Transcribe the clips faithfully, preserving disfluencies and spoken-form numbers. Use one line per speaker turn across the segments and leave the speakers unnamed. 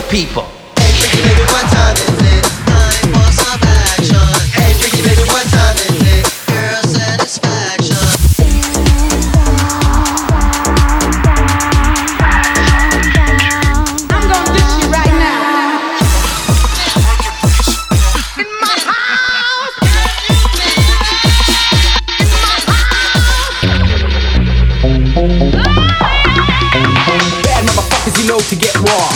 people.
Hey, freaky baby, what time is it? Time for some action. Hey, freaky baby, what time is it? Girl satisfaction.
I'm gonna dish you right now. In my house. In my house.
Bad motherfuckers, you know to get raw.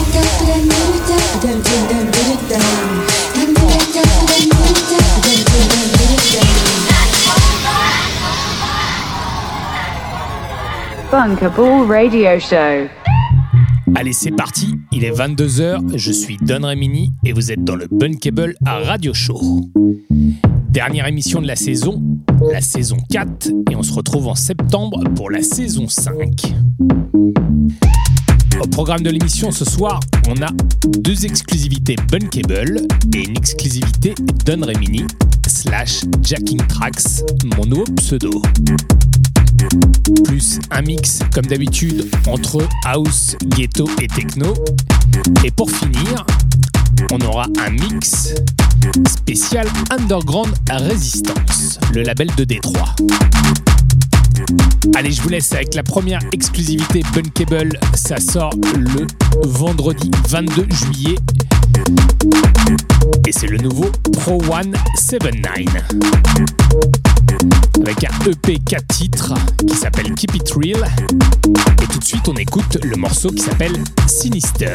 Bunkable Radio Show.
Allez, c'est parti, il est vingt-deux heures, je suis Don Remini et vous êtes dans le Bunkable Radio Show. Dernière émission de la saison, la saison quatre, et on se retrouve en septembre pour la saison cinq. Au programme de l'émission ce soir, on a deux exclusivités Bunkable et une exclusivité Don Remini slash Jacking Tracks, mon nouveau pseudo. Plus un mix comme d'habitude entre house, ghetto et techno. Et pour finir, on aura un mix spécial Underground Resistance, le label de Détroit. Allez, je vous laisse avec la première exclusivité Bunkable. Ça sort le vendredi vingt-deux juillet. Et c'est le nouveau Pro One soixante-dix-neuf. Avec un E P quatre titres qui s'appelle Keep It Real. Et tout de suite, on écoute le morceau qui s'appelle Sinister.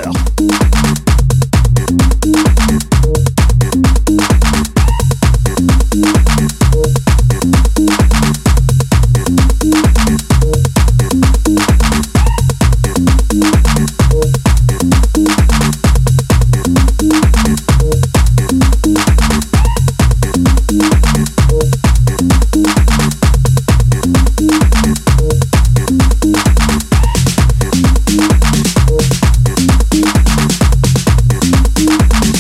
We'll be right back.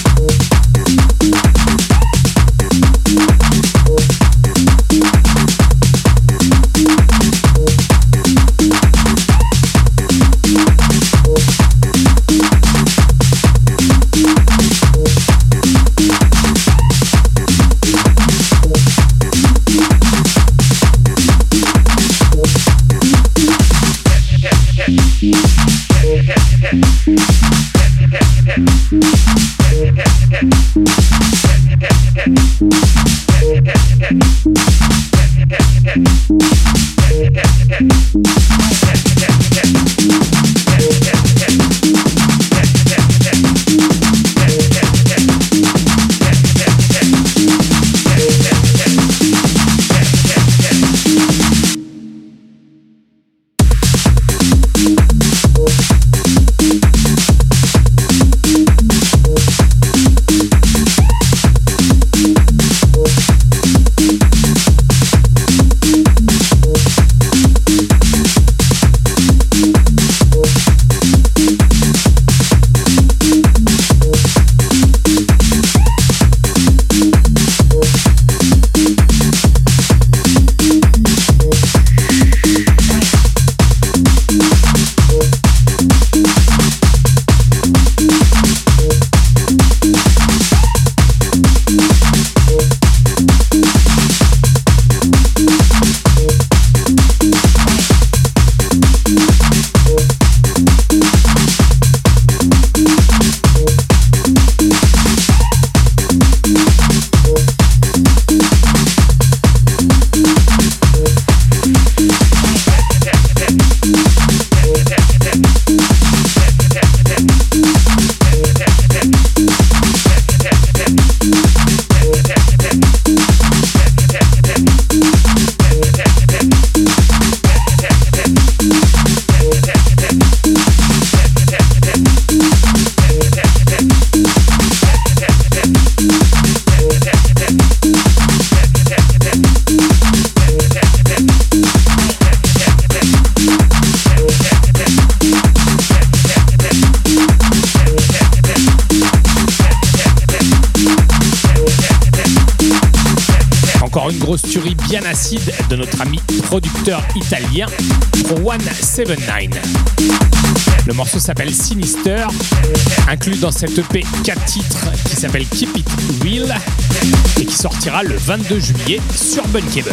Encore une grosse tuerie bien acide de notre ami producteur italien Pro cent soixante-dix-neuf. Le morceau s'appelle Sinister, inclus dans cette E P quatre titres qui s'appelle Keep It Real et qui sortira le vingt-deux juillet sur Bunkable.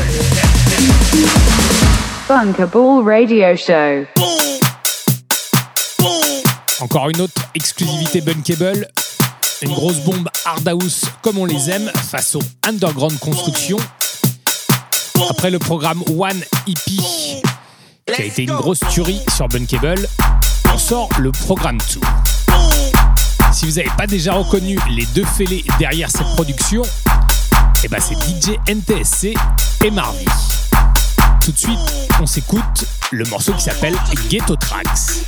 Bunkable Radio Show.
Encore une autre exclusivité Bunkable, une grosse bombe hard house comme on les aime face au Underground Construction. Après le programme One E P qui a été une grosse tuerie sur Bunkable, on sort le programme deux. Si vous n'avez pas déjà reconnu les deux fêlés derrière cette production, eh ben c'est D J N T S C et Marvy. Tout de suite, on s'écoute le morceau qui s'appelle Ghetto Tracks.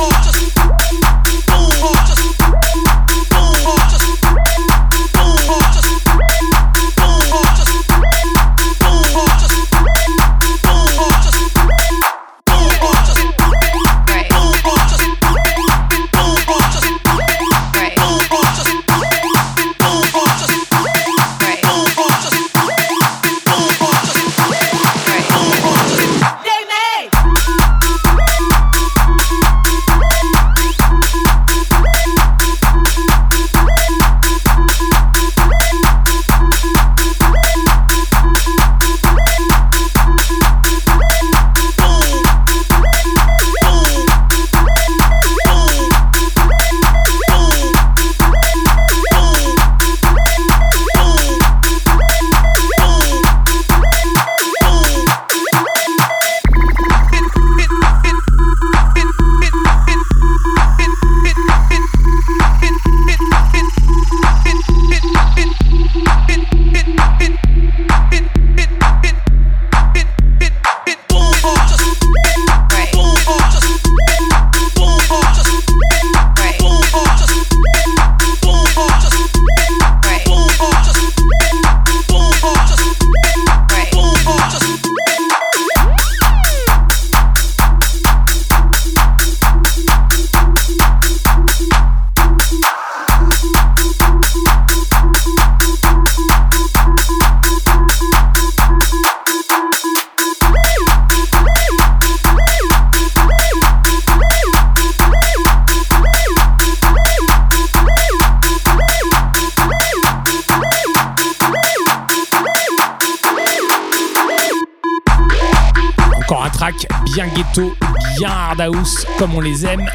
Bien ghetto, bien hard house, comme on les aime.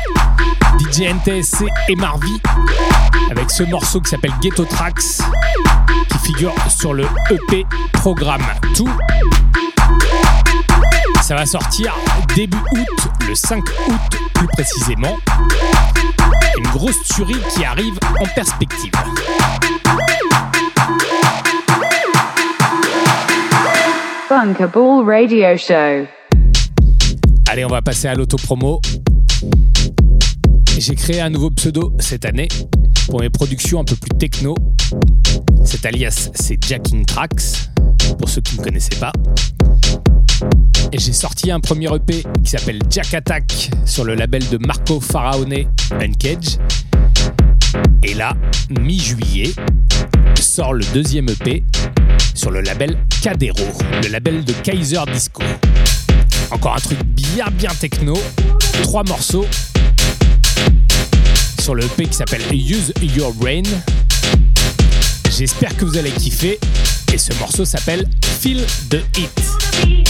D J N T S C et Marvy, avec ce morceau qui s'appelle Ghetto Tracks, qui figure sur le E P Programme deux. Ça va sortir début août, le cinq août plus précisément. Une grosse tuerie qui arrive en perspective.
Bunkable Radio Show.
Allez, on va passer à l'autopromo. J'ai créé un nouveau pseudo cette année pour mes productions un peu plus techno. Cet alias, c'est Jacking Tracks, pour ceux qui ne me connaissaient pas. Et j'ai sorti un premier E P qui s'appelle Jack Attack sur le label de Marco Faraone Uncage. Et là, mi-juillet, sort le deuxième E P sur le label Cadero, le label de Kaiser Disco. Encore un truc bien bien techno, trois morceaux sur le E P qui s'appelle Use Your Brain. J'espère que vous allez kiffer et ce morceau s'appelle Feel the Heat.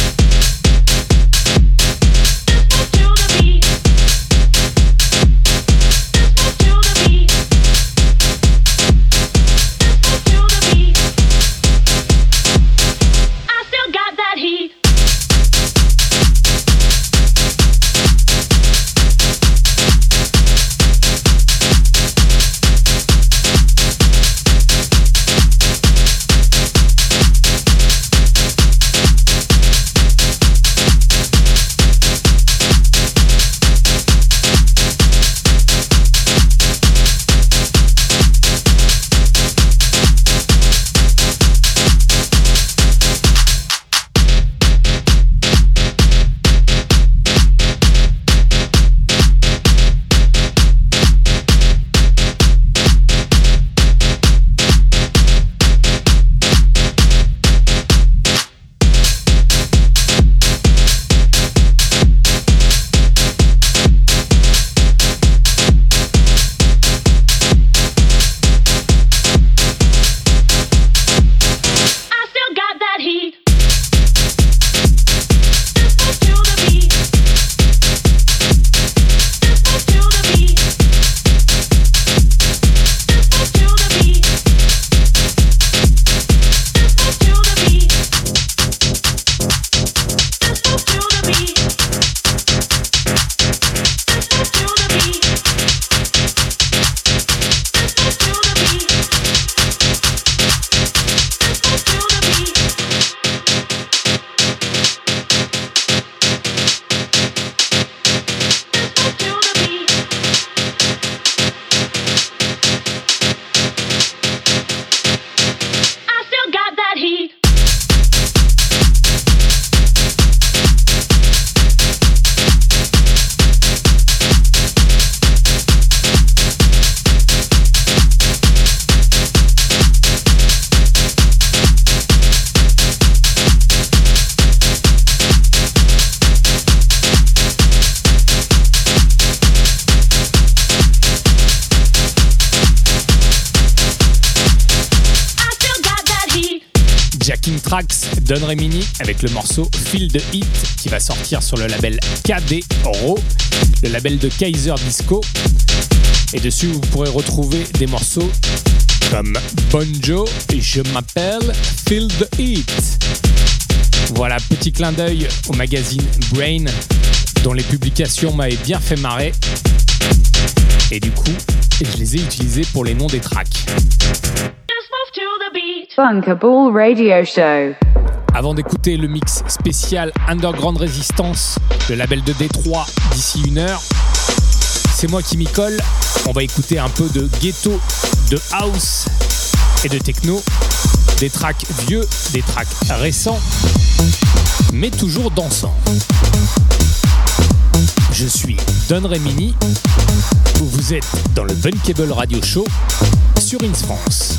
Tracks, Don Remini avec le morceau Feel the Heat qui va sortir sur le label K D Raw, le label de Kaiser Disco. Et dessus, vous pourrez retrouver des morceaux comme Bonjo et Je m'appelle Feel the Heat. Voilà, petit clin d'œil au magazine Brain, dont les publications m'avaient bien fait marrer. Et du coup, je les ai utilisés pour les noms des tracks.
Bunkable Radio Show.
Avant d'écouter le mix spécial Underground Resistance, le label de Détroit, d'ici une heure, c'est moi qui m'y colle. On va écouter un peu de ghetto, de house et de techno. Des tracks vieux, des tracks récents, mais toujours dansants. Je suis Don Remini. Vous êtes dans le Bunkable Radio Show sur Ins France.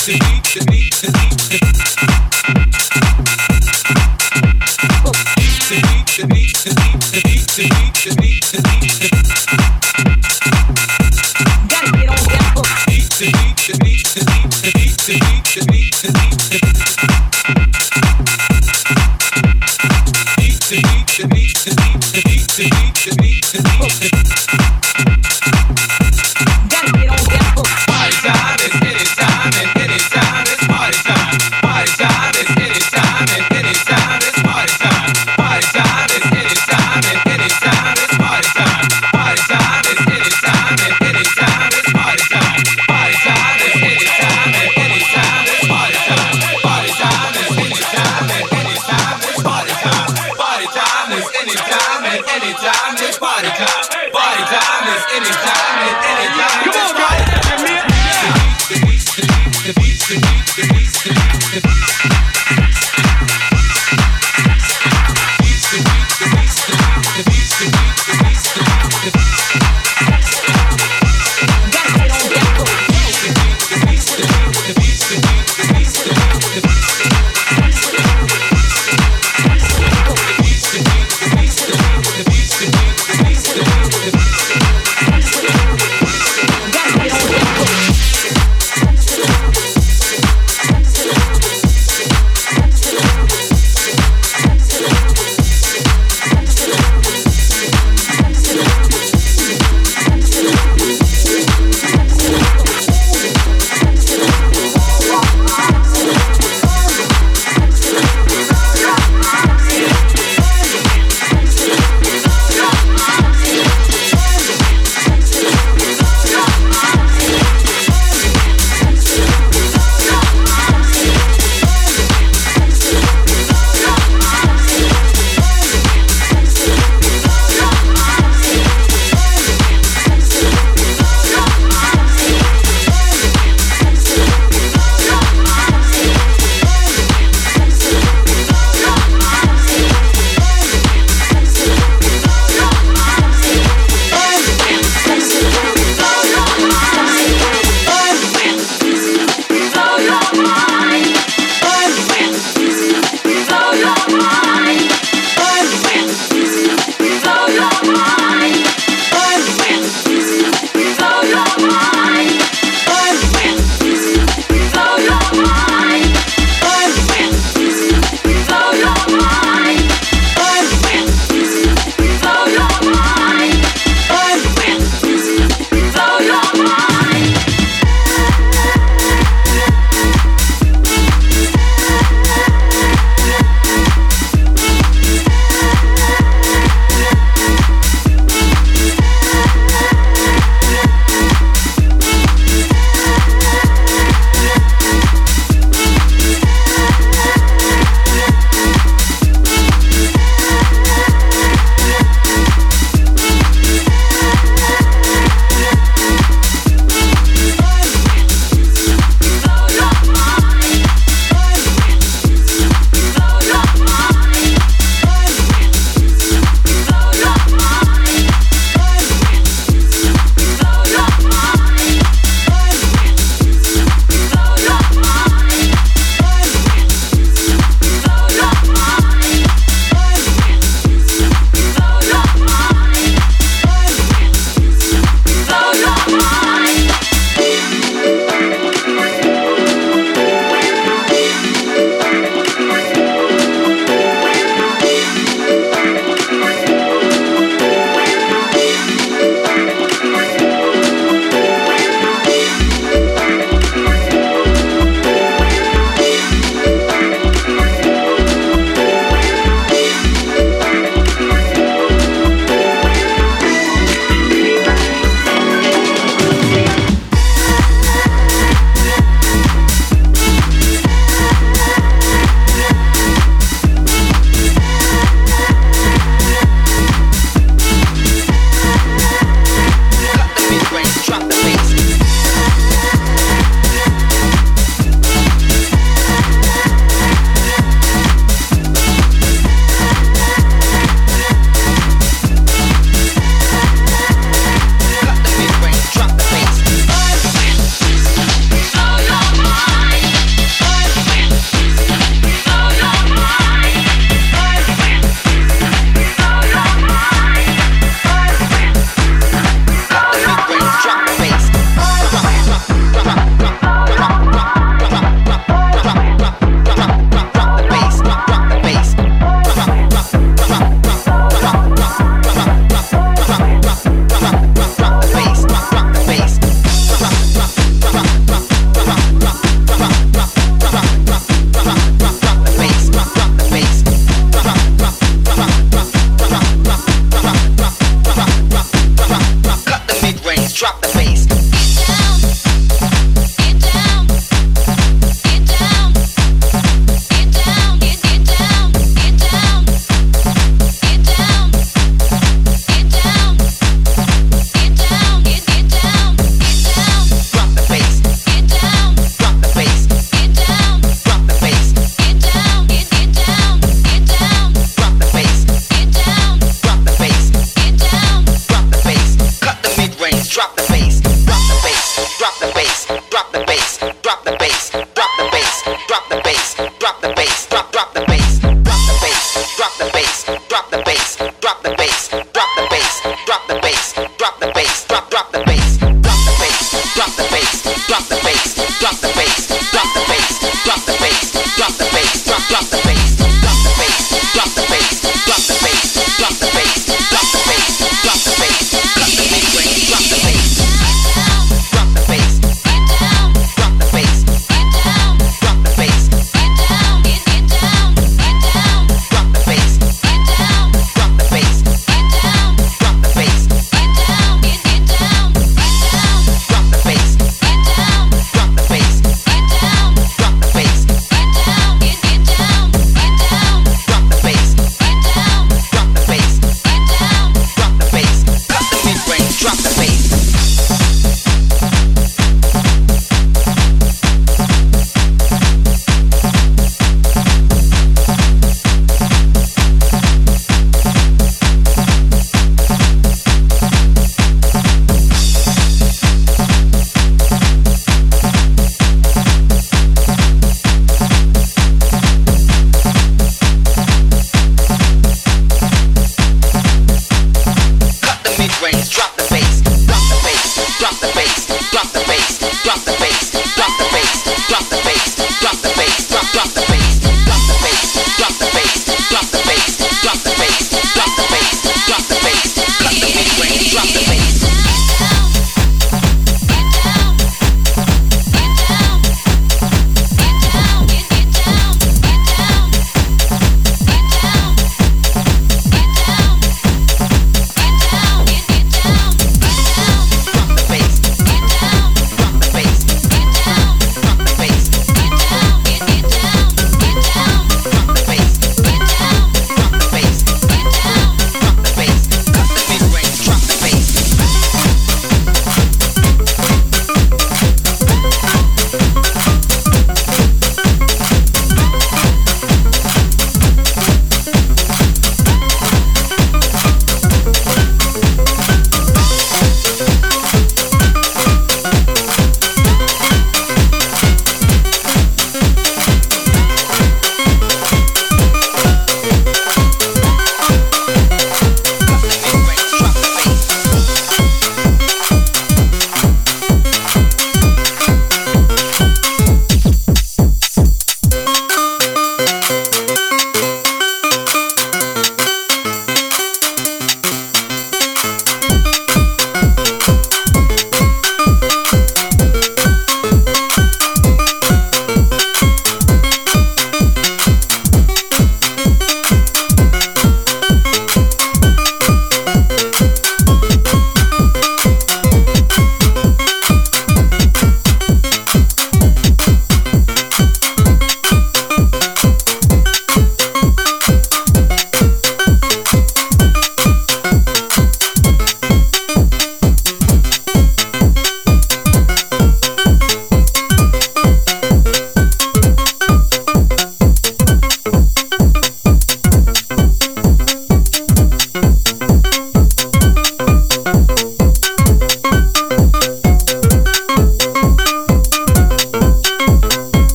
Anytime, anytime, anytime, it's party time.
bass, drop the bass, drop the bass, drop the bass, drop the bass, drop the bass, drop drop the bass, drop the bass, drop the bass, drop the bass, drop the bass, drop the bass, drop the bass, drop the bass, drop drop the bass, drop the bass, drop the bass, drop the bass, drop the bass, drop the bass, drop the bass, drop the bass, drop drop the bass, drop the bass, drop the bass, drop the bass, drop the bass, drop the bass, drop the bass, drop the bass, drop the bass. Drop the bass, drop the bass, drop the bass,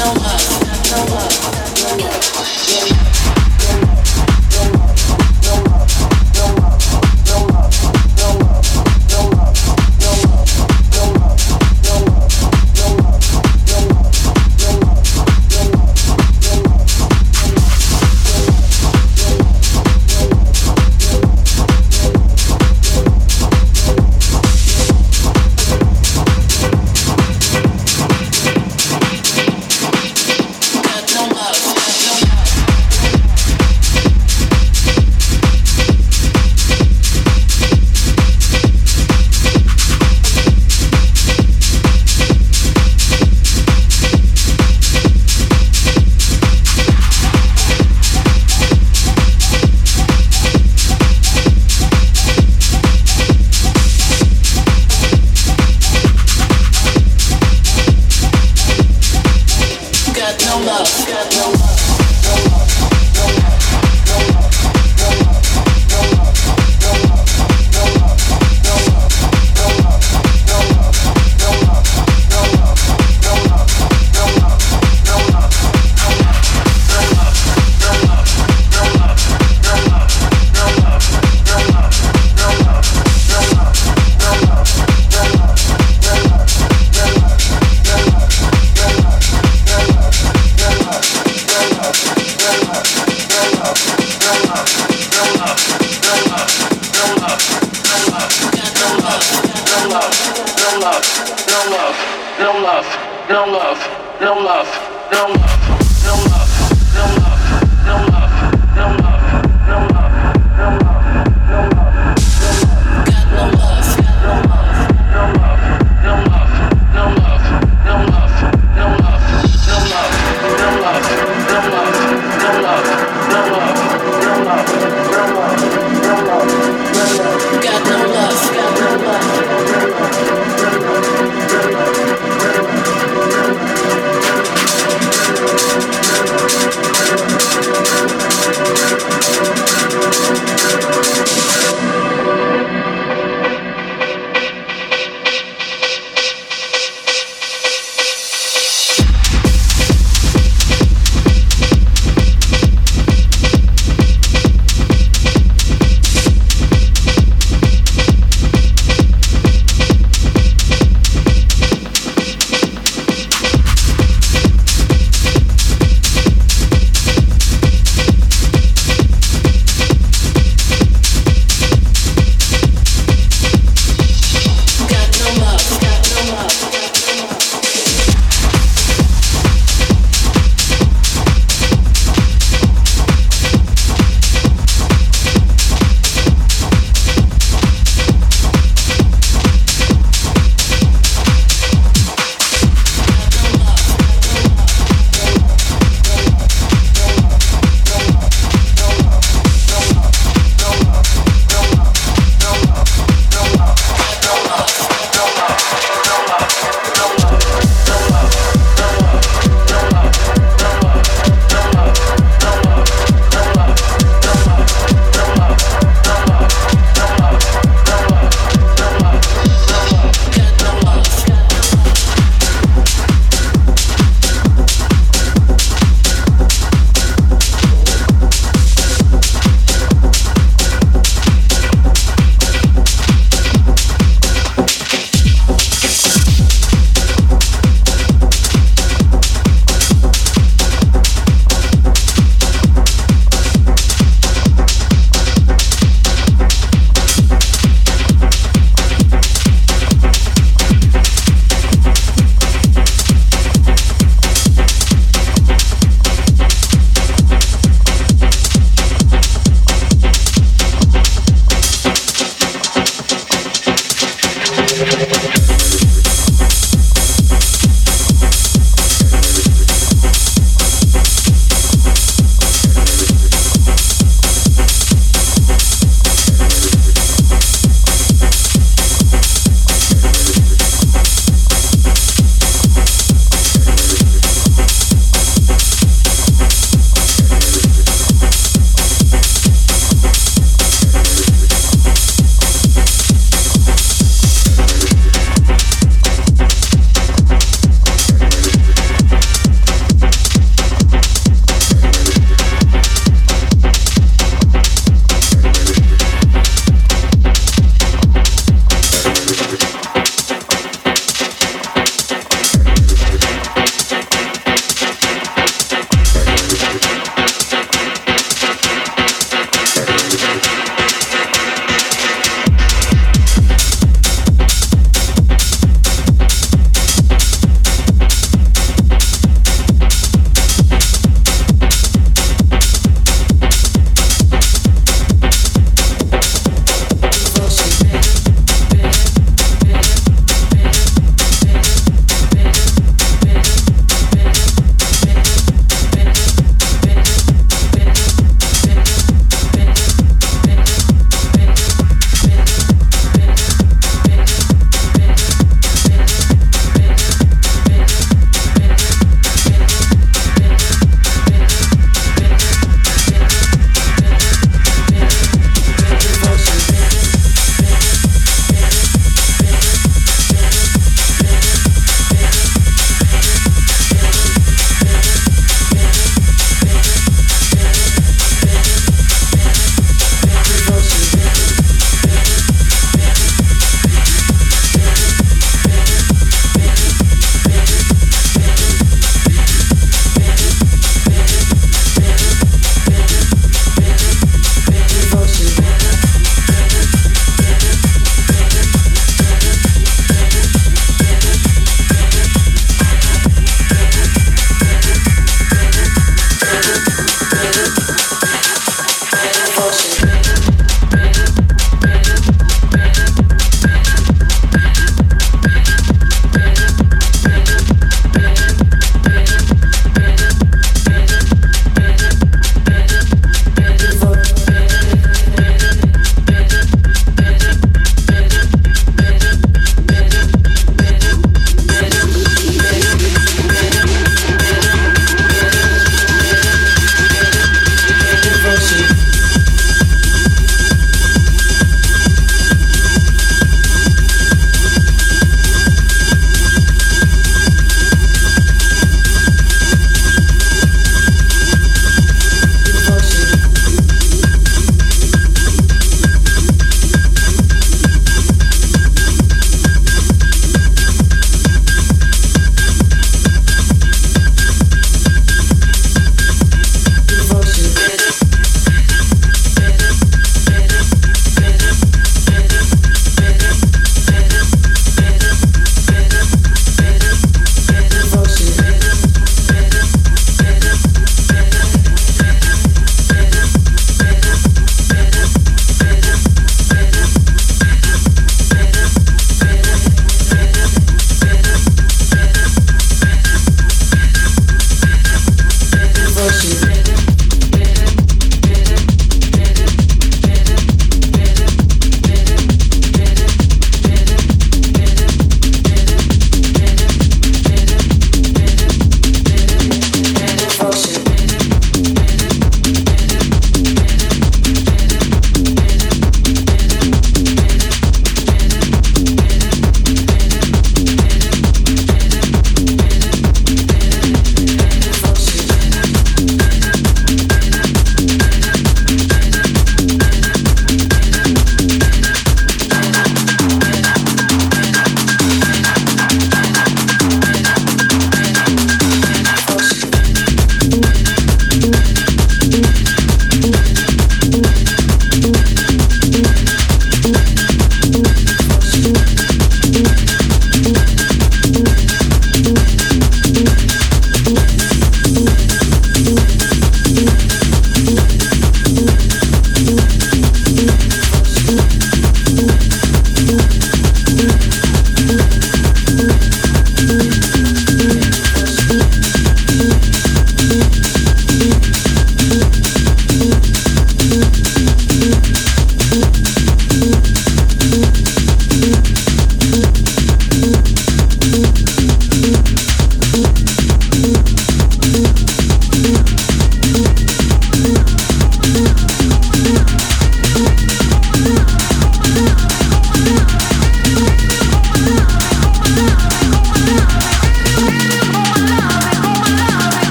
Got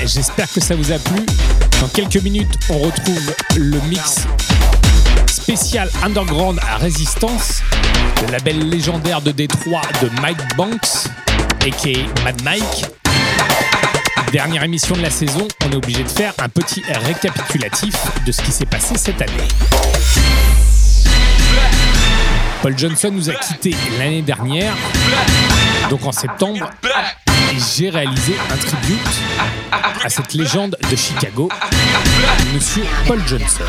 j'espère que ça vous a plu. Dans quelques minutes, on retrouve le mix spécial Underground à Résistance, le label légendaire de Détroit de Mike Banks, aka Mad Mike. Dernière émission de la saison, on est obligé de faire un petit récapitulatif de ce qui s'est passé cette année. Paul Johnson nous a quittés l'année dernière, donc en septembre, j'ai réalisé un tribute à cette légende de Chicago, Monsieur Paul Johnson.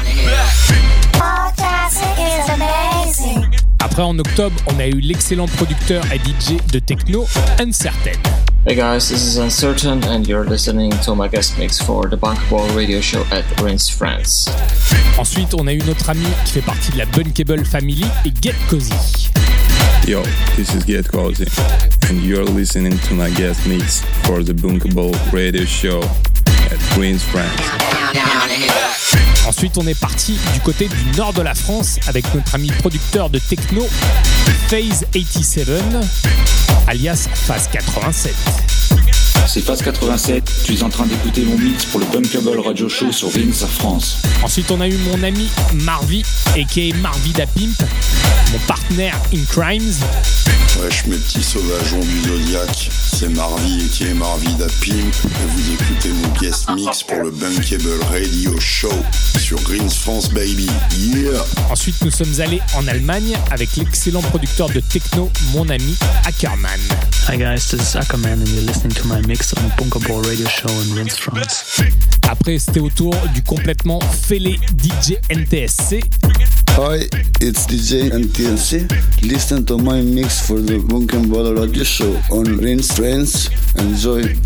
Après, en octobre, on a eu l'excellent producteur et D J de techno, Uncertain.
Hey guys, this is Uncertain and you're listening to my guest mix for the Bunkable Radio Show at Rinse France.
Ensuite, on a eu notre ami qui fait partie de la Bunkable Family et Get Cozy.
Yo, this is Get Cozy and you're listening to my guest mix for the Bunkable Radio Show at Rinse France.
Ensuite, on est parti du côté du nord de la France avec notre ami producteur de techno, Phase quatre-vingt-dix-sept, alias Phase quatre-vingt-sept.
C'est Phase quatre-vingt-sept, tu es en train d'écouter mon mix pour le Bunkable Radio Show sur Rinse France.
Ensuite, on a eu mon ami Marvy, aka Marvy da Pimp, mon partenaire in crimes.
Wesh mes petits sauvageons du Zodiac, c'est Marvy qui est Marvy da Pimp et vous écoutez mon guest mix pour le Bunkable Radio Show sur Rinse France baby, yeah.
Ensuite nous sommes allés en Allemagne avec l'excellent producteur de techno, mon ami Ackerman.
Hi guys, this is Ackerman and you're listening to my mix on the Bunkable Radio Show in Rinse France.
Après c'était au tour du complètement fêlé D J N T S C.
Hi, it's D J N T S C. Listen to my mix for the Bunkable Radio Show on Rinse France. Enjoy.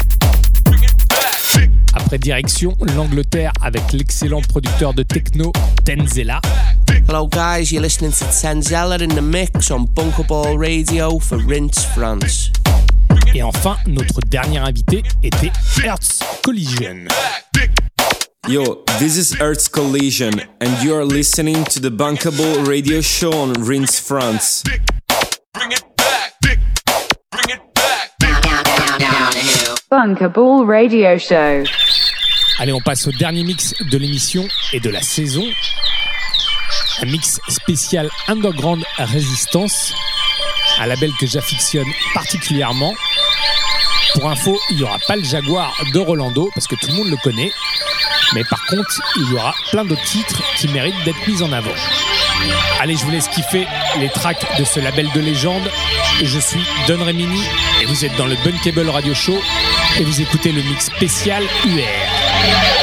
Après direction l'Angleterre avec l'excellent producteur de techno Tenzela.
Hello guys, you're listening to Tenzela in the mix on Bunkable Radio for Rinse France.
Et enfin, notre dernier invité était Earth Collision.
Yo, this is Earth Collision and you are listening to the Bunkable Radio Show on Rinse France. Bring it back, bring it back.
Bunkable Radio Show.
Allez, on passe au dernier mix de l'émission et de la saison. Un mix spécial Underground Résistance, un label que j'affectionne particulièrement. Pour info, il n'y aura pas le Jaguar de Rolando, parce que tout le monde le connaît. Mais par contre, il y aura plein d'autres titres qui méritent d'être mis en avant. Allez, je vous laisse kiffer les tracks de ce label de légende. Je suis Don Remini et vous êtes dans le Bunkable Radio Show et vous écoutez le mix spécial U R.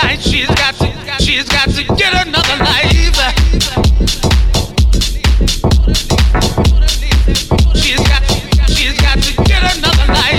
life. She's got to, she's got to get another life. She's got, she's got to get another life.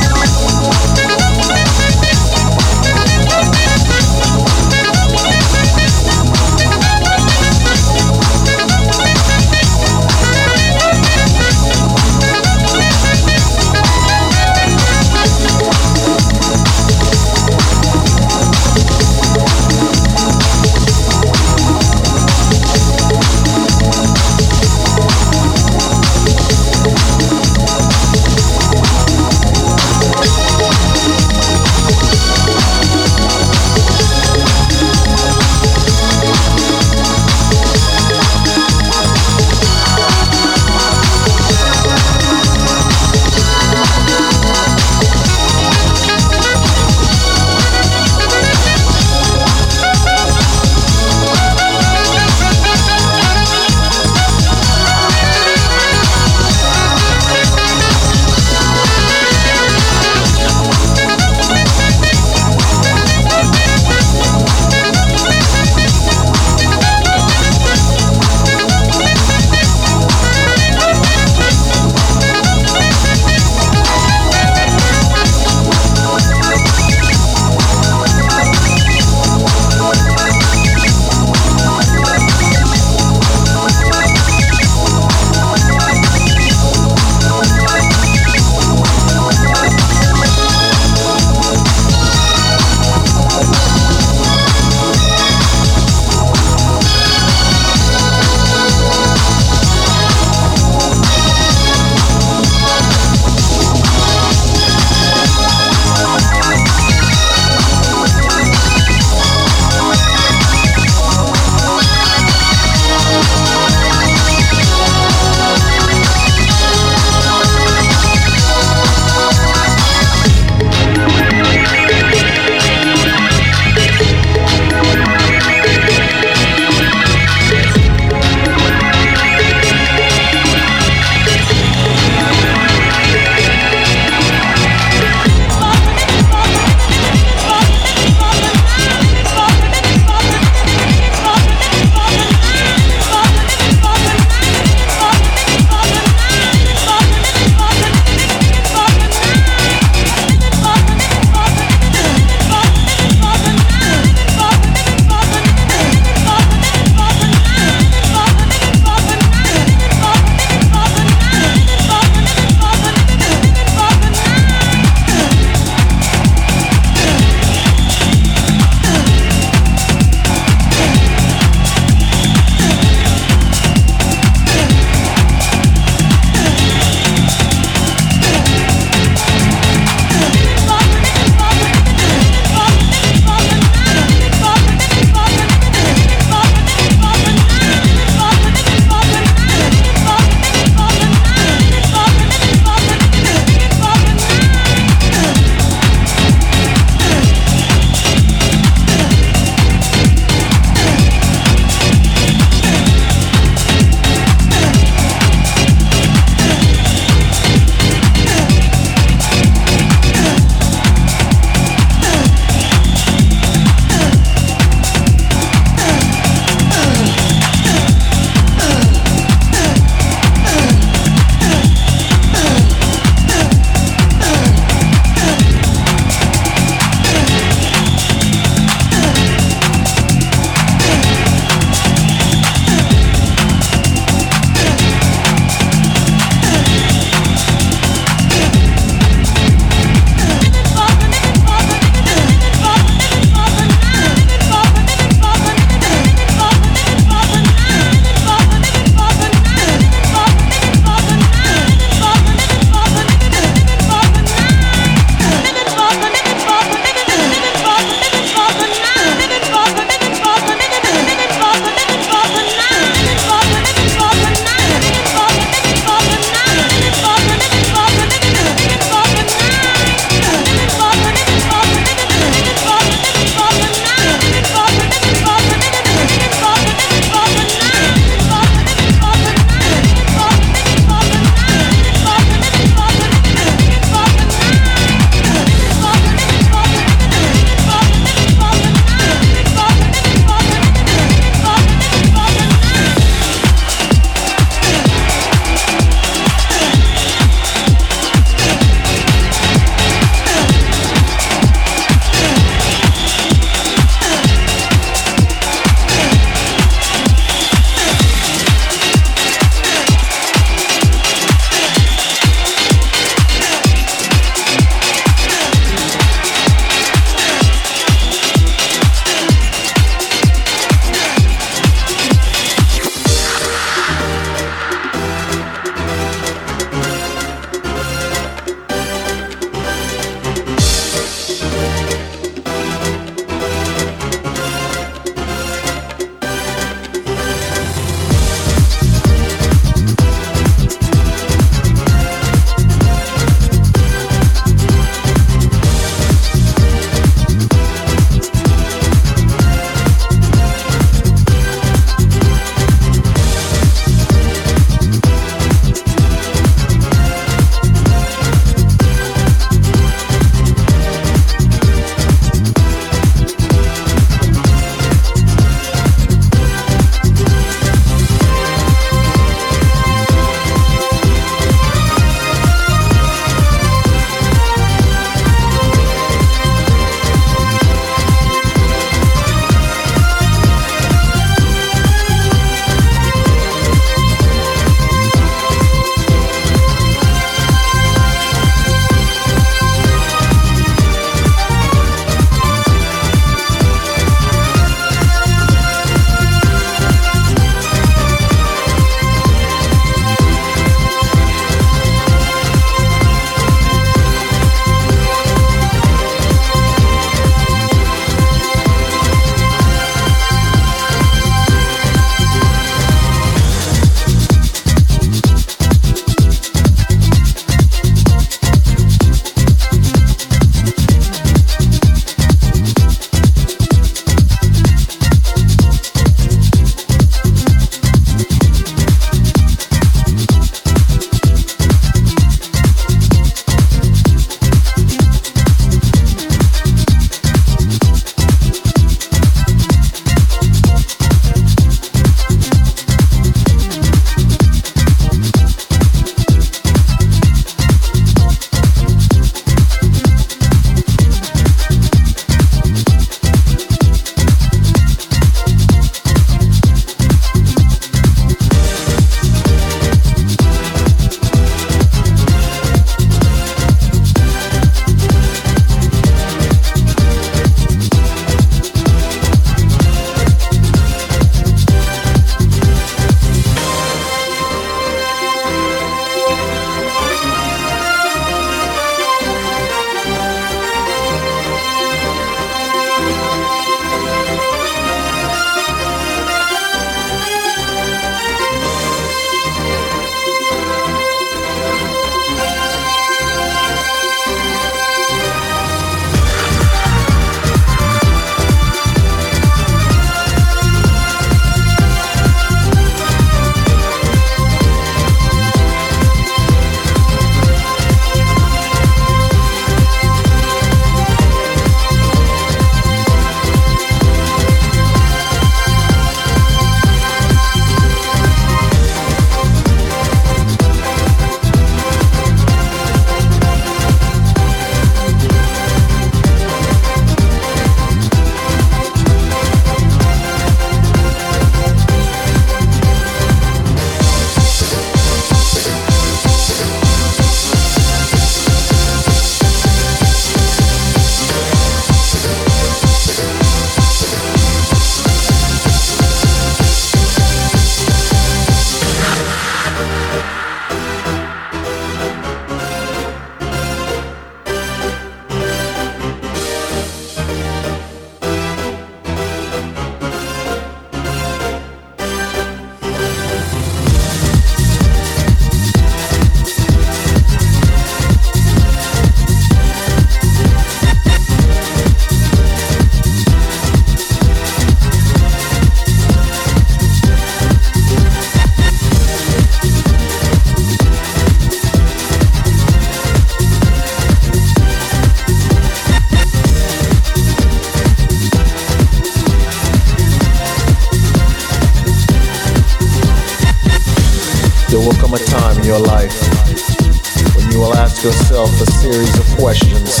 yourself a series of questions.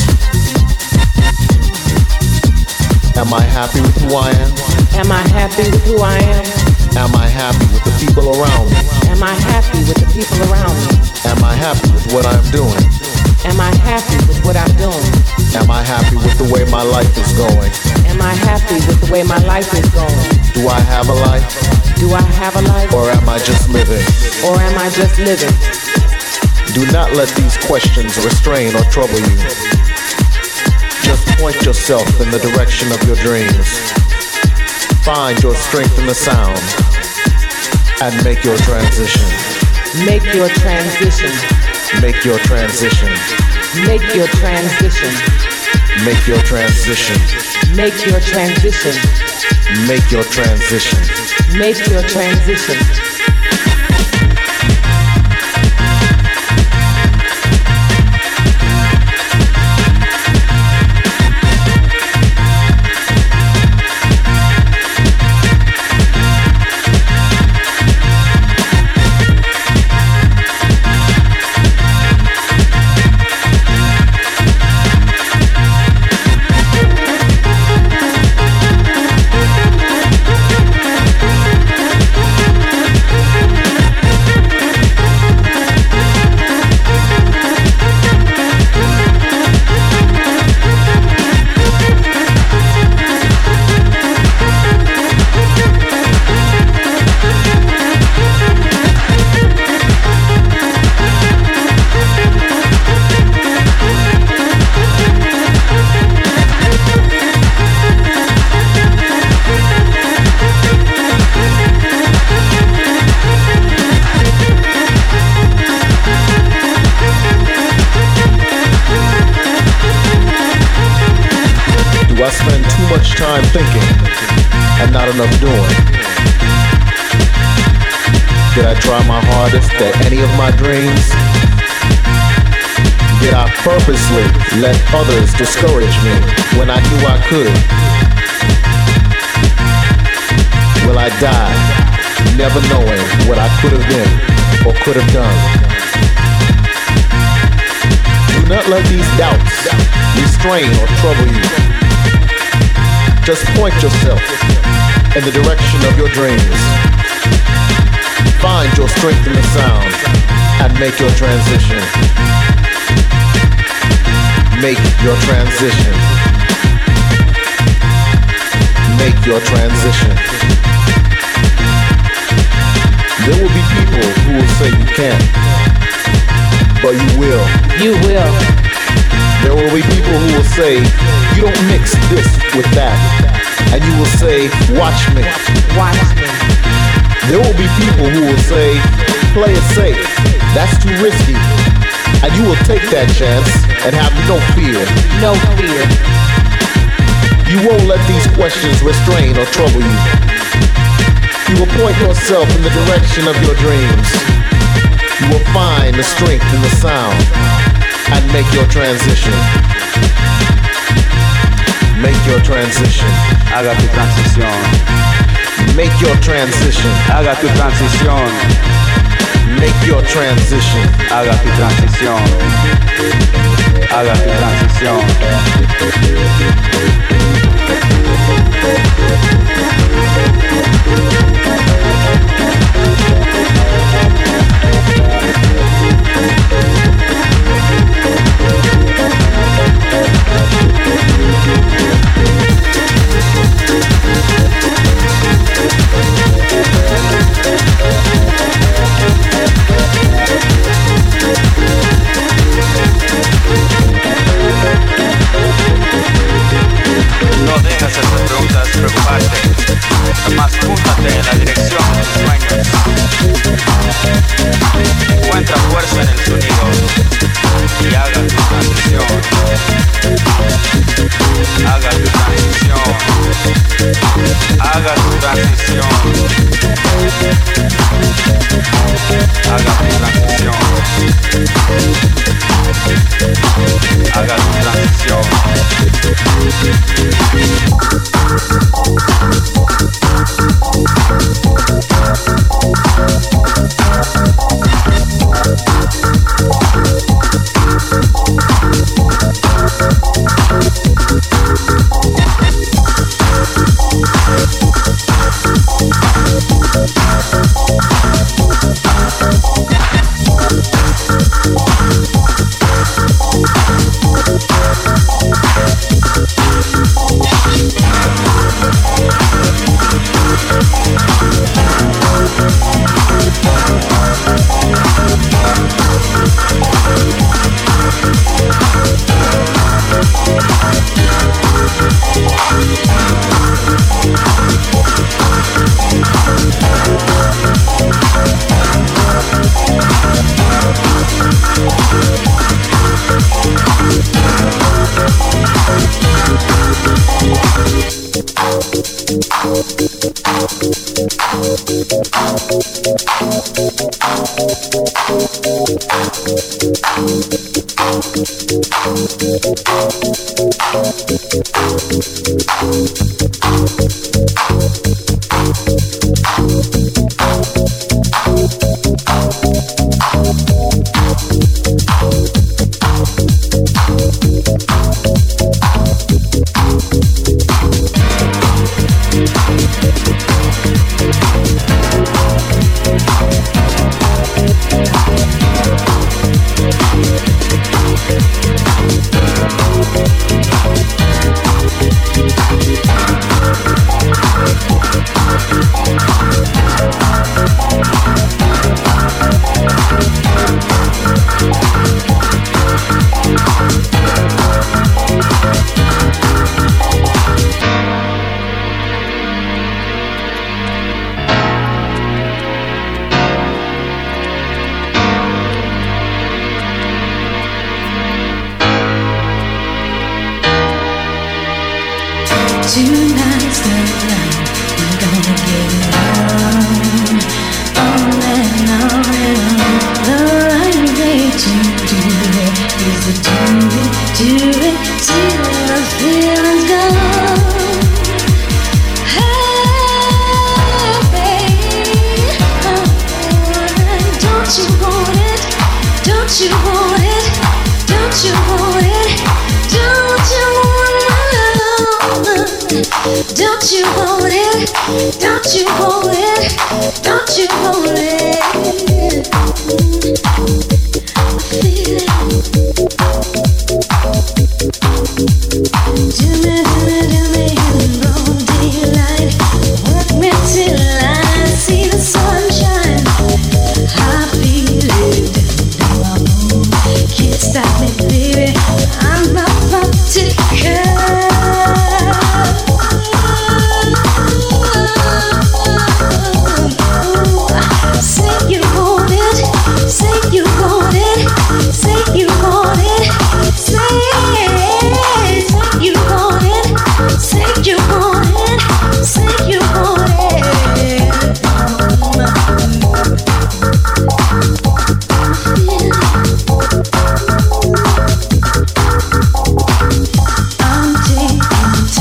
Am I happy with who I am?
Am I happy with who I am?
Am I happy with the people around me?
Am I happy with the people around me?
Am I happy with what I'm doing?
Am I happy with what I'm doing?
Am I happy with the way my life is going?
Am I happy with the way my life is going?
Do I have a life?
Do I have a life?
Or am I just living?
Or am I just living?
Do not let these questions restrain or trouble you. Just point yourself in the direction of your dreams. Find your strength in the sound and make your transition.
Make your transition.
Make your transition.
Make your transition.
Make your transition.
Make your transition.
Make your transition.
Make your transition.
I spend too much time thinking and not enough doing? Did I try my hardest at any of my dreams? Did I purposely let others discourage me when I knew I could? Will I die never knowing what I could have been or could have done? Do not let these doubts restrain or trouble you. Just point yourself in the direction of your dreams. Find your strength in the sound and make your transition. Make your transition. Make your transition. There will be people who will say you can't, but you will.
You will.
There will be people who will say, you don't mix this with that. And you will say, watch me.
Watch me.
There will be people who will say, play it safe. That's too risky. And you will take that chance and have no fear.
No fear.
You won't let these questions restrain or trouble you. You will point yourself in the direction of your dreams. You will find the strength in the sound and make your transition. Make your transition.
Haga tu transición.
Make your transition.
Haga tu transición.
Make your transition.
Haga tu transición. Haga tu transición.
We'll be right back. Tonight's the night we're gonna get it on, on and on and on. The right way to do it is to do it, do it till the feeling's gone. Hey, babe, oh, don't you want it? Don't you want it? Don't you want it? Don't you want it? Don't you want it? Don't you want it? Don't you want it? I feel it. Do me, do me, do me in broad daylight. Work me till I see the sunshine. I feel it in my bones. Can't stop me, baby. I'm about to come. Say you want it, say you want it, say you want it, say, say you want it, say you want it, say you want it. I'm taking time to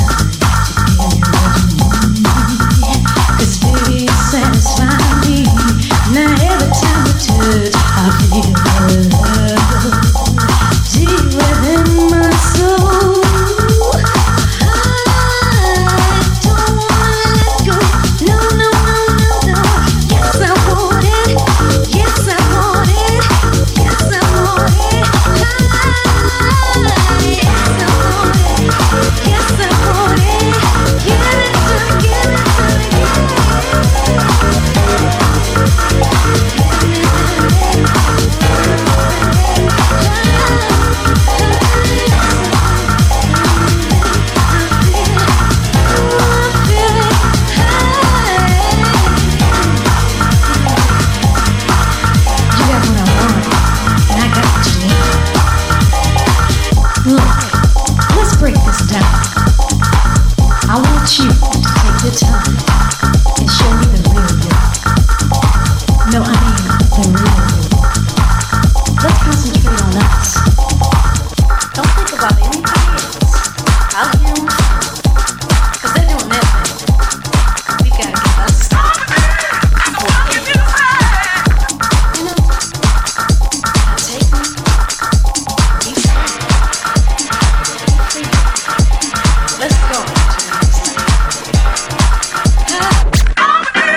feel 'cause baby it satisfies me. Now every time we touch, I feel love deep within my soul. I don't wanna let go. No, no, no, no, no. Yes, I want it. Yes, I want it. Yes, I want it. Yes, I want it. Yes, I want it. Give it to me, give it to me, give it. Let's break this down. I want you to take your time and show me the real you. No, I mean the real you. Let's concentrate on us. Don't think about anybody else. I'll hear them, 'cause they're doing their thing. We gotta get us started. You know, I take them. Let's go to the next time.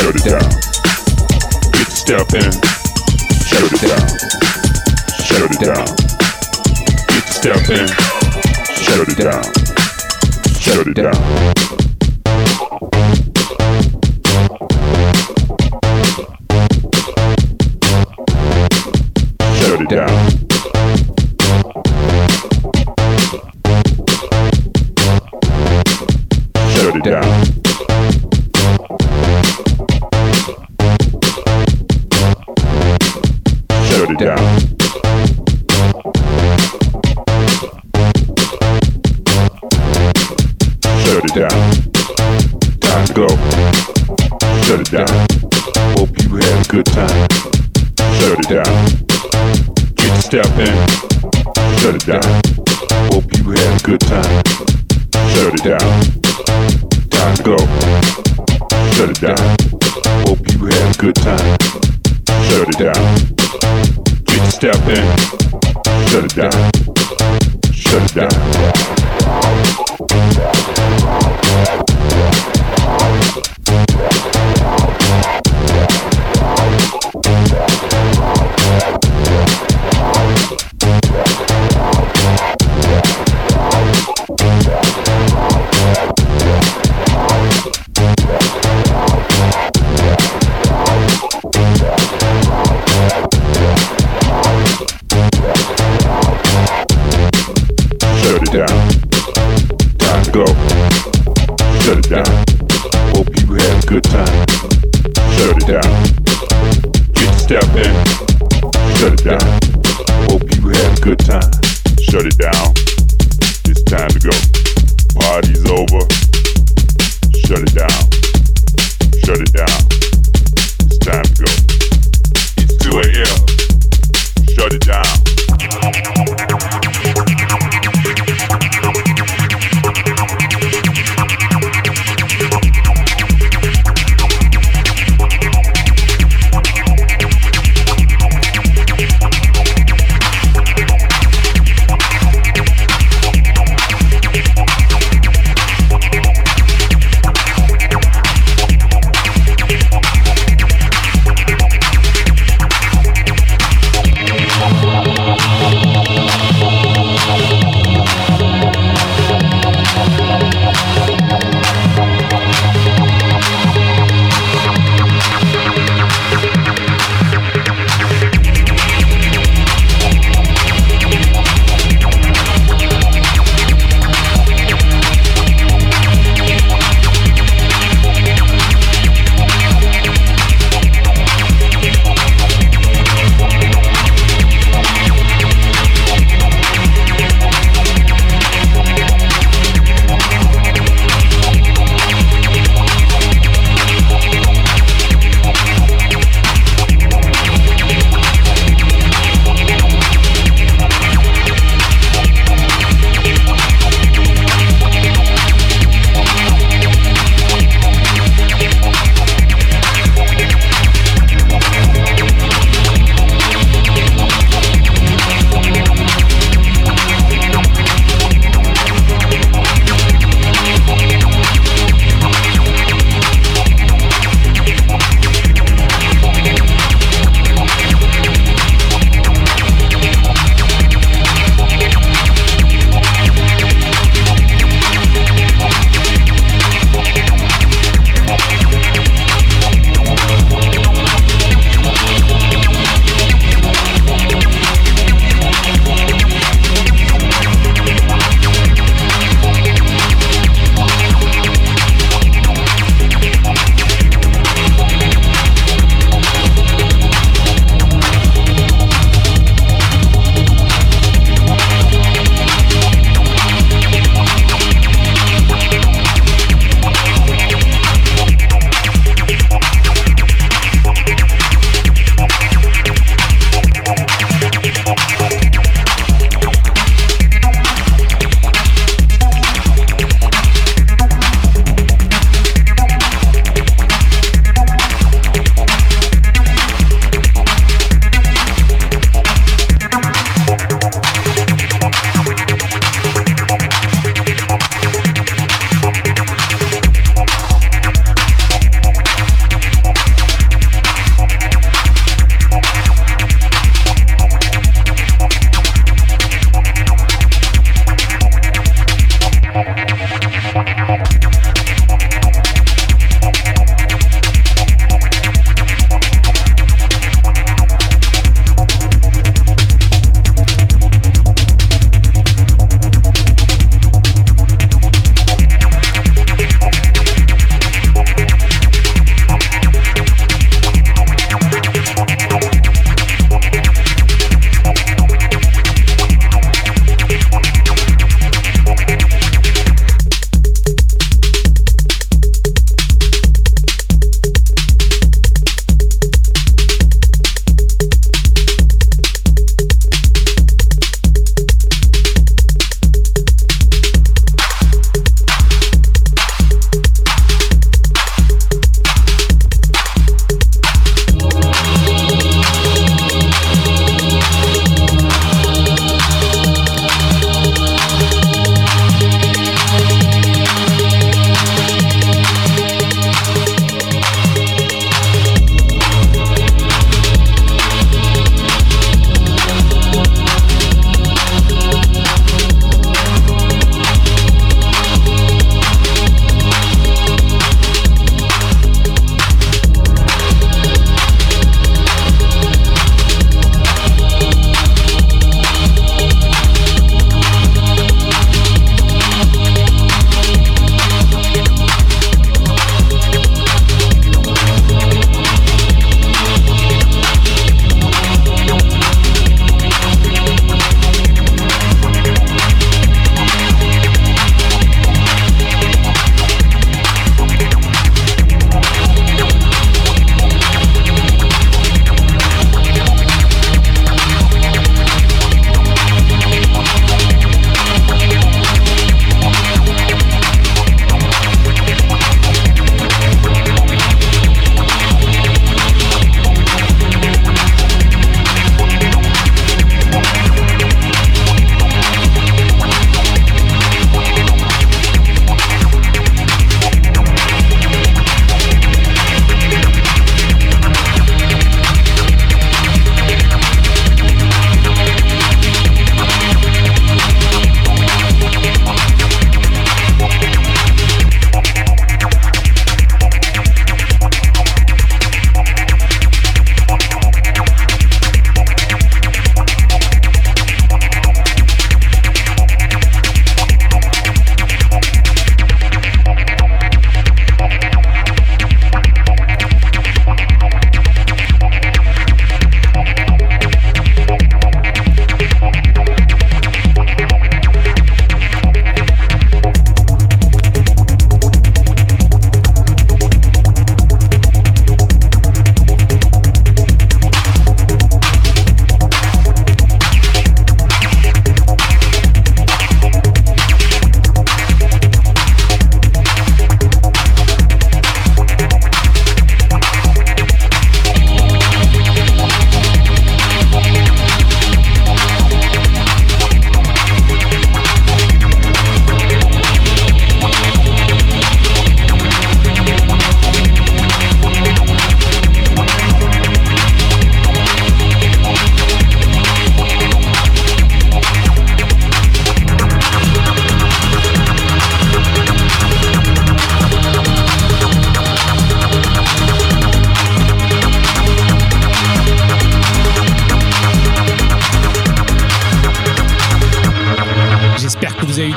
shut it down. Get the step in, shut it down. Shut it down. Get the step in, shut it down. Shut it down. Shut it down. Shut it down. Shut it down. Shut it down. Time to go. Shut it down. Hope you had a good time. Shut it down. Get the step in. Shut it down. Hope you had a good time. Shut it down. Time to go. Shut it down. Hope you had a good time. Shut it down. Get the step in. Shut it down. Shut it down. Shut it down. Time to go. Shut it down. Hope you had a good time. Shut it down. Get the step in. Shut it down. Hope you had a good time. Shut it down. It's time to go. Party's over. Shut it down. Shut it down. It's time to go. It's two a.m. Shut it down.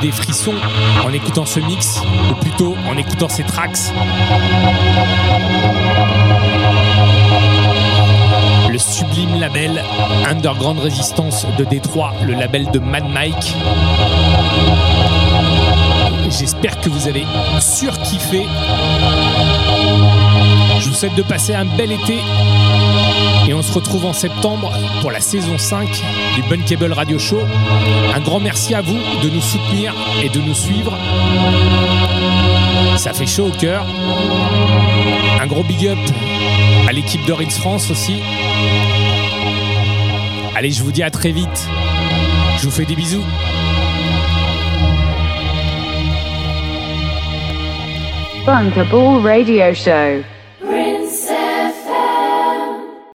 des frissons en écoutant ce mix, ou plutôt en écoutant ces tracks. Le sublime label Underground Resistance de Détroit, le label de Mad Mike. J'espère que vous avez surkiffé. Je vous souhaite de passer un bel été et on se retrouve en septembre pour la saison cinq du Bunkable Radio Show. Un grand merci à vous de nous soutenir et de nous suivre. Ça fait chaud au cœur. Un gros big up à l'équipe de Rinse France aussi. Allez, je vous dis à très vite. Je vous fais des bisous.
Bunkable Radio Show.